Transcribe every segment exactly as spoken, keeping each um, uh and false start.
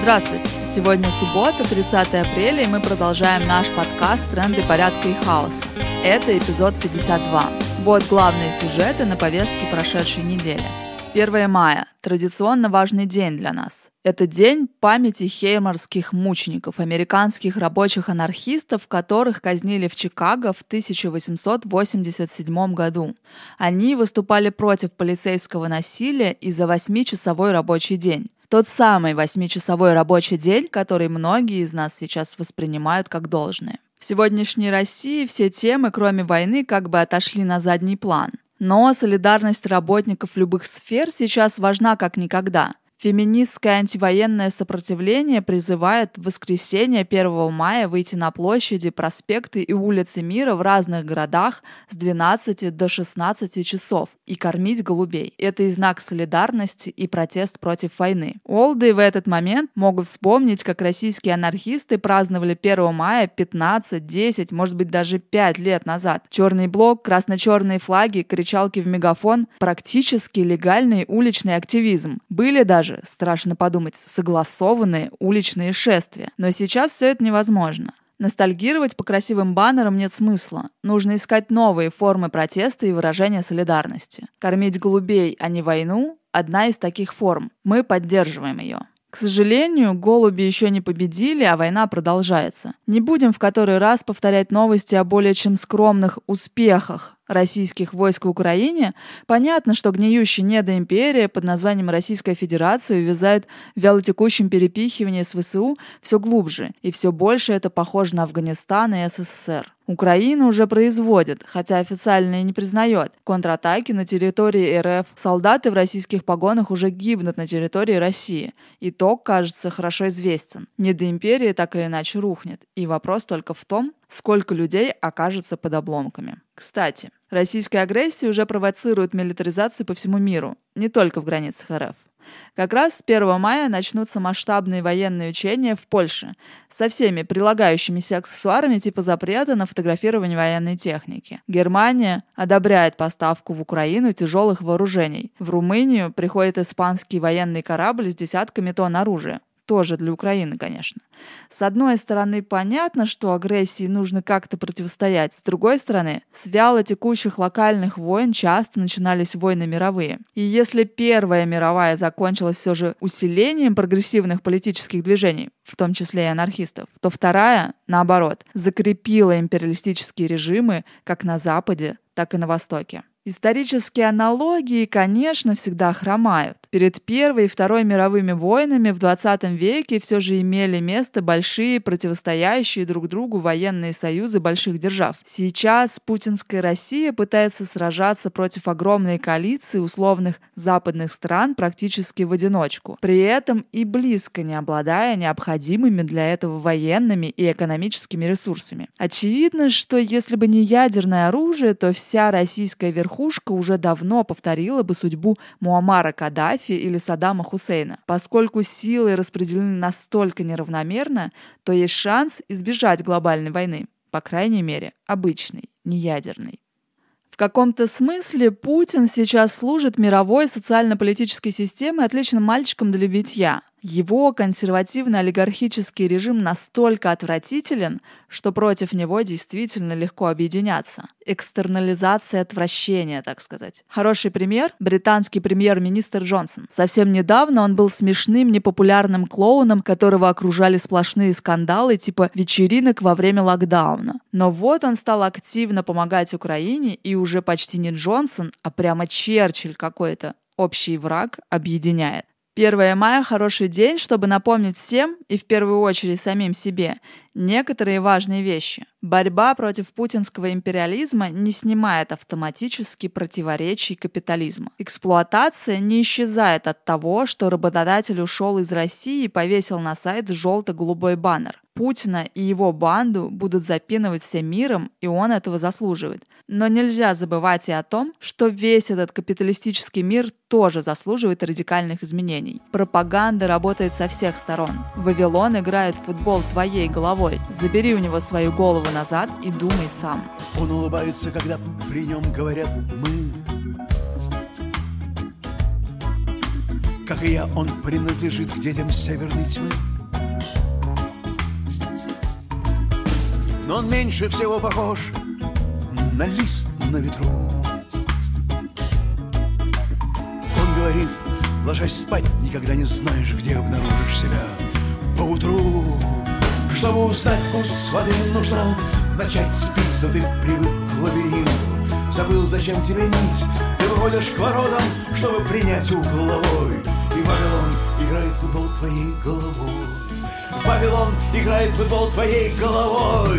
Здравствуйте! Сегодня суббота, тридцатое апреля, и мы продолжаем наш подкаст «Тренды порядка и хаоса». Это эпизод пятьдесят два. Вот главные сюжеты на повестке прошедшей недели. первое мая – традиционно важный день для нас. Это день памяти хеймарских мучеников, американских рабочих анархистов, которых казнили в Чикаго в тысяча восемьсот восемьдесят седьмом году. Они выступали против полицейского насилия и за восьмичасовой рабочий день. Тот самый восьмичасовой рабочий день, который многие из нас сейчас воспринимают как должное. В сегодняшней России все темы, кроме войны, как бы отошли на задний план. Но солидарность работников любых сфер сейчас важна как никогда. Феминистское антивоенное сопротивление призывает в воскресенье первого мая выйти на площади, проспекты и улицы мира в разных городах с двенадцати до шестнадцати часов и кормить голубей. Это и знак солидарности и протест против войны. Олды в этот момент могут вспомнить, как российские анархисты праздновали первого мая пятнадцать, десять, может быть даже пять лет назад. Черный блок, красно-черные флаги, кричалки в мегафон, практически легальный уличный активизм. Были даже, страшно подумать, согласованные уличные шествия. Но сейчас все это невозможно. Ностальгировать по красивым баннерам нет смысла. Нужно искать новые формы протеста и выражения солидарности. Кормить голубей, а не войну – одна из таких форм. Мы поддерживаем ее. К сожалению, голуби еще не победили, а война продолжается. Не будем в который раз повторять новости о более чем скромных успехах российских войск в Украине. Понятно, что гниющая недоимперия под названием Российская Федерация увязает в вялотекущем перепихивании с ВСУ все глубже, и все больше это похоже на Афганистан и СССР. Украина уже производит, хотя официально и не признает, контратаки на территории РФ. Солдаты в российских погонах уже гибнут на территории России. Итог, кажется, хорошо известен. Недоимперия так или иначе рухнет. И вопрос только в том, сколько людей окажется под обломками. Кстати, российская агрессия уже провоцирует милитаризацию по всему миру, не только в границах РФ. Как раз с первого мая начнутся масштабные военные учения в Польше со всеми прилагающимися аксессуарами типа запрета на фотографирование военной техники. Германия одобряет поставку в Украину тяжелых вооружений. В Румынию приходит испанский военный корабль с десятками тонн оружия. Тоже для Украины, конечно. С одной стороны, понятно, что агрессии нужно как-то противостоять. С другой стороны, с вяло текущих локальных войн часто начинались войны мировые. И если Первая мировая закончилась все же усилением прогрессивных политических движений, в том числе и анархистов, то Вторая, наоборот, закрепила империалистические режимы как на Западе, так и на Востоке. Исторические аналогии, конечно, всегда хромают. Перед Первой и Второй мировыми войнами в двадцатом веке все же имели место большие противостоящие друг другу военные союзы больших держав. Сейчас путинская Россия пытается сражаться против огромной коалиции условных западных стран практически в одиночку, при этом и близко не обладая необходимыми для этого военными и экономическими ресурсами. Очевидно, что если бы не ядерное оружие, то вся российская верхушка Верхушка уже давно повторила бы судьбу Муаммара Каддафи или Саддама Хусейна. Поскольку силы распределены настолько неравномерно, то есть шанс избежать глобальной войны. По крайней мере, обычной, не ядерной. В каком-то смысле Путин сейчас служит мировой социально-политической системой отличным мальчиком для битья. Его консервативно-олигархический режим настолько отвратителен, что против него действительно легко объединяться. Экстернализация отвращения, так сказать. Хороший пример – британский премьер-министр Джонсон. Совсем недавно он был смешным, непопулярным клоуном, которого окружали сплошные скандалы типа вечеринок во время локдауна. Но вот он стал активно помогать Украине, и уже почти не Джонсон, а прямо Черчилль какой-то. Общий враг объединяет. первое мая – хороший день, чтобы напомнить всем, и в первую очередь самим себе, некоторые важные вещи. Борьба против путинского империализма не снимает автоматически противоречий капитализма. Эксплуатация не исчезает от того, что работодатель ушел из России и повесил на сайт желто-голубой баннер. Путина и его банду будут запинывать всем миром, и он этого заслуживает. Но нельзя забывать и о том, что весь этот капиталистический мир тоже заслуживает радикальных изменений. Пропаганда работает со всех сторон. Вавилон играет в футбол твоей головой. Забери у него свою голову назад и думай сам. Он улыбается, когда при нем говорят «мы». Как и я, он принадлежит к детям северной тьмы. но он меньше всего похож на лист на ветру. Он говорит, ложась спать, никогда не знаешь, где обнаружишь себя поутру. Чтобы узнать вкус воды, нужно начать с пить, но ты привык к лабиринту. Забыл, зачем тебе нить, ты выходишь к воротам, чтобы принять угловой. И Вавилон играет в футбол твоей головой. Вавилон играет в футбол твоей головой.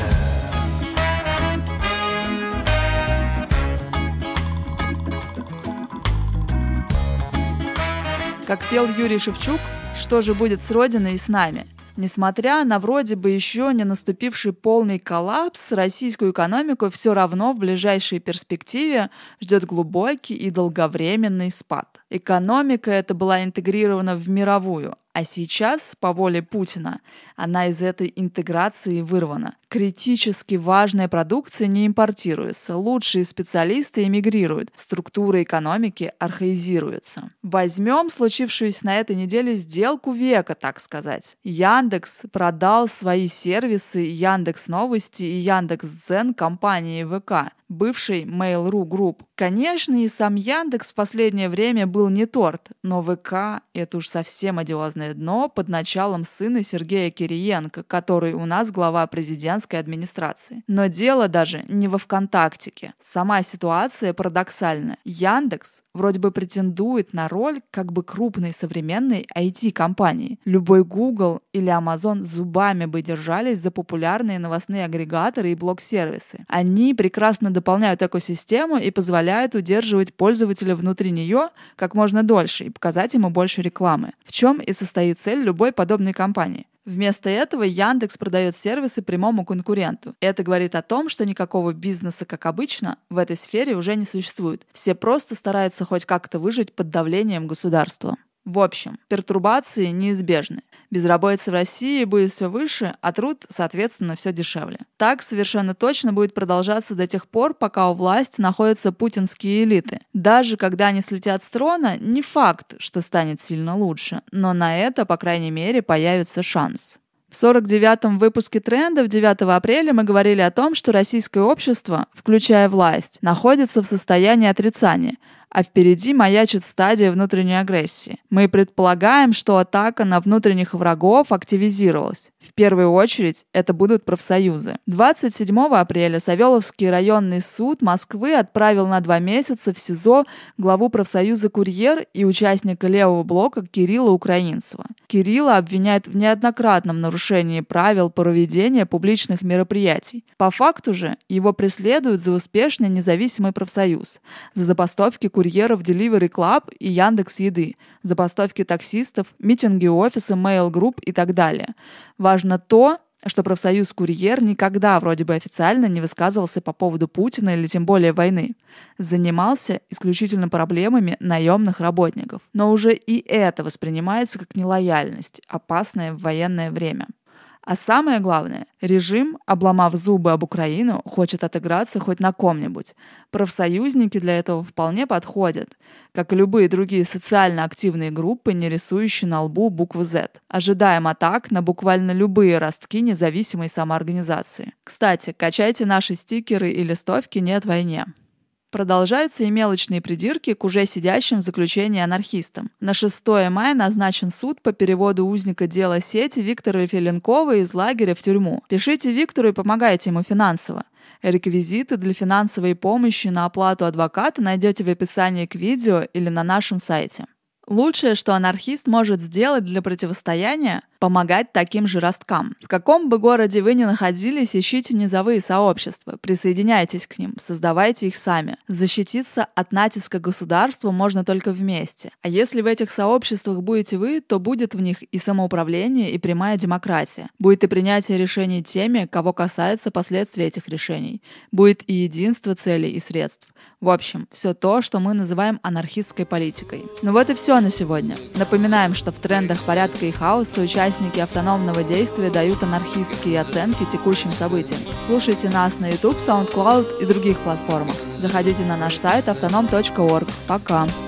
Как пел Юрий Шевчук, что же будет с Родиной и с нами? Несмотря на вроде бы еще не наступивший полный коллапс, российскую экономику все равно в ближайшей перспективе ждет глубокий и долговременный спад. Экономика эта была интегрирована в мировую, а сейчас, по воле Путина, она из этой интеграции вырвана. Критически важная продукция не импортируется, лучшие специалисты эмигрируют, структура экономики архаизируется. Возьмем случившуюся на этой неделе сделку века, так сказать. Яндекс продал свои сервисы Яндекс.Новости и Яндекс.Дзен компании ВК, бывшей Mail.ru Group. Конечно, и сам Яндекс в последнее время был не торт, но ВК — это уж совсем одиозное дно под началом сына Сергея Кириенко, который у нас глава президентской администрации. Но дело даже не во ВКонтактике. Сама ситуация парадоксальна. Яндекс вроде бы претендует на роль как бы крупной современной ай ти-компании. Любой Google или Amazon зубами бы держались за популярные новостные агрегаторы и блог-сервисы. Они прекрасно дополняют экосистему и позволяют удерживать пользователя внутри нее как можно дольше и показать ему больше рекламы, в чем и состоит цель любой подобной компании. Вместо этого Яндекс продает сервисы прямому конкуренту. Это говорит о том, что никакого бизнеса, как обычно, в этой сфере уже не существует. Все просто стараются хоть как-то выжить под давлением государства. В общем, пертурбации неизбежны. Безработица в России будет все выше, а труд, соответственно, все дешевле. Так совершенно точно будет продолжаться до тех пор, пока у власти находятся путинские элиты. Даже когда они слетят с трона, не факт, что станет сильно лучше, но на это, по крайней мере, появится шанс. В сорок девятом выпуске «Трендов» девятого апреля мы говорили о том, что российское общество, включая власть, находится в состоянии отрицания, а впереди маячит стадия внутренней агрессии. Мы предполагаем, что атака на внутренних врагов активизировалась. В первую очередь это будут профсоюзы. двадцать седьмого апреля Савеловский районный суд Москвы отправил на два месяца в СИЗО главу профсоюза «Курьер» и участника левого блока Кирилла Украинцева. Кирилла обвиняют в неоднократном нарушении правил проведения публичных мероприятий. По факту же его преследуют за успешный независимый профсоюз, за забастовки курьеров Delivery Club и Яндекс.Еды, забастовки таксистов, митинги офиса Mail Group и так далее. Важно то, что профсоюз «Курьер» никогда вроде бы официально не высказывался по поводу Путина или тем более войны. Занимался исключительно проблемами наемных работников. Но уже и это воспринимается как нелояльность, опасная в военное время. А самое главное, режим, обломав зубы об Украину, хочет отыграться хоть на ком-нибудь. Профсоюзники для этого вполне подходят, как и любые другие социально активные группы, не рисующие на лбу буквы Z. Ожидаем атак на буквально любые ростки независимой самоорганизации. Кстати, качайте наши стикеры и листовки «Нет войне». Продолжаются и мелочные придирки к уже сидящим в заключении анархистам. На шестое мая назначен суд по переводу узника дела сети Виктора Филенкова из лагеря в тюрьму. Пишите Виктору и помогайте ему финансово. Реквизиты для финансовой помощи на оплату адвоката найдете в описании к видео или на нашем сайте. Лучшее, что анархист может сделать для противостояния – помогать таким же росткам. В каком бы городе вы ни находились, ищите низовые сообщества, присоединяйтесь к ним, создавайте их сами. Защититься от натиска государства можно только вместе. А если в этих сообществах будете вы, то будет в них и самоуправление, и прямая демократия. Будет и принятие решений теми, кого касаются последствия этих решений. Будет и единство целей и средств. В общем, все то, что мы называем анархистской политикой. Ну вот и все на сегодня. Напоминаем, что в трендах порядка и хаоса участники автономного действия дают анархистские оценки текущим событиям. Слушайте нас на YouTube, SoundCloud и других платформах. Заходите на наш сайт автоном точка орг. Пока!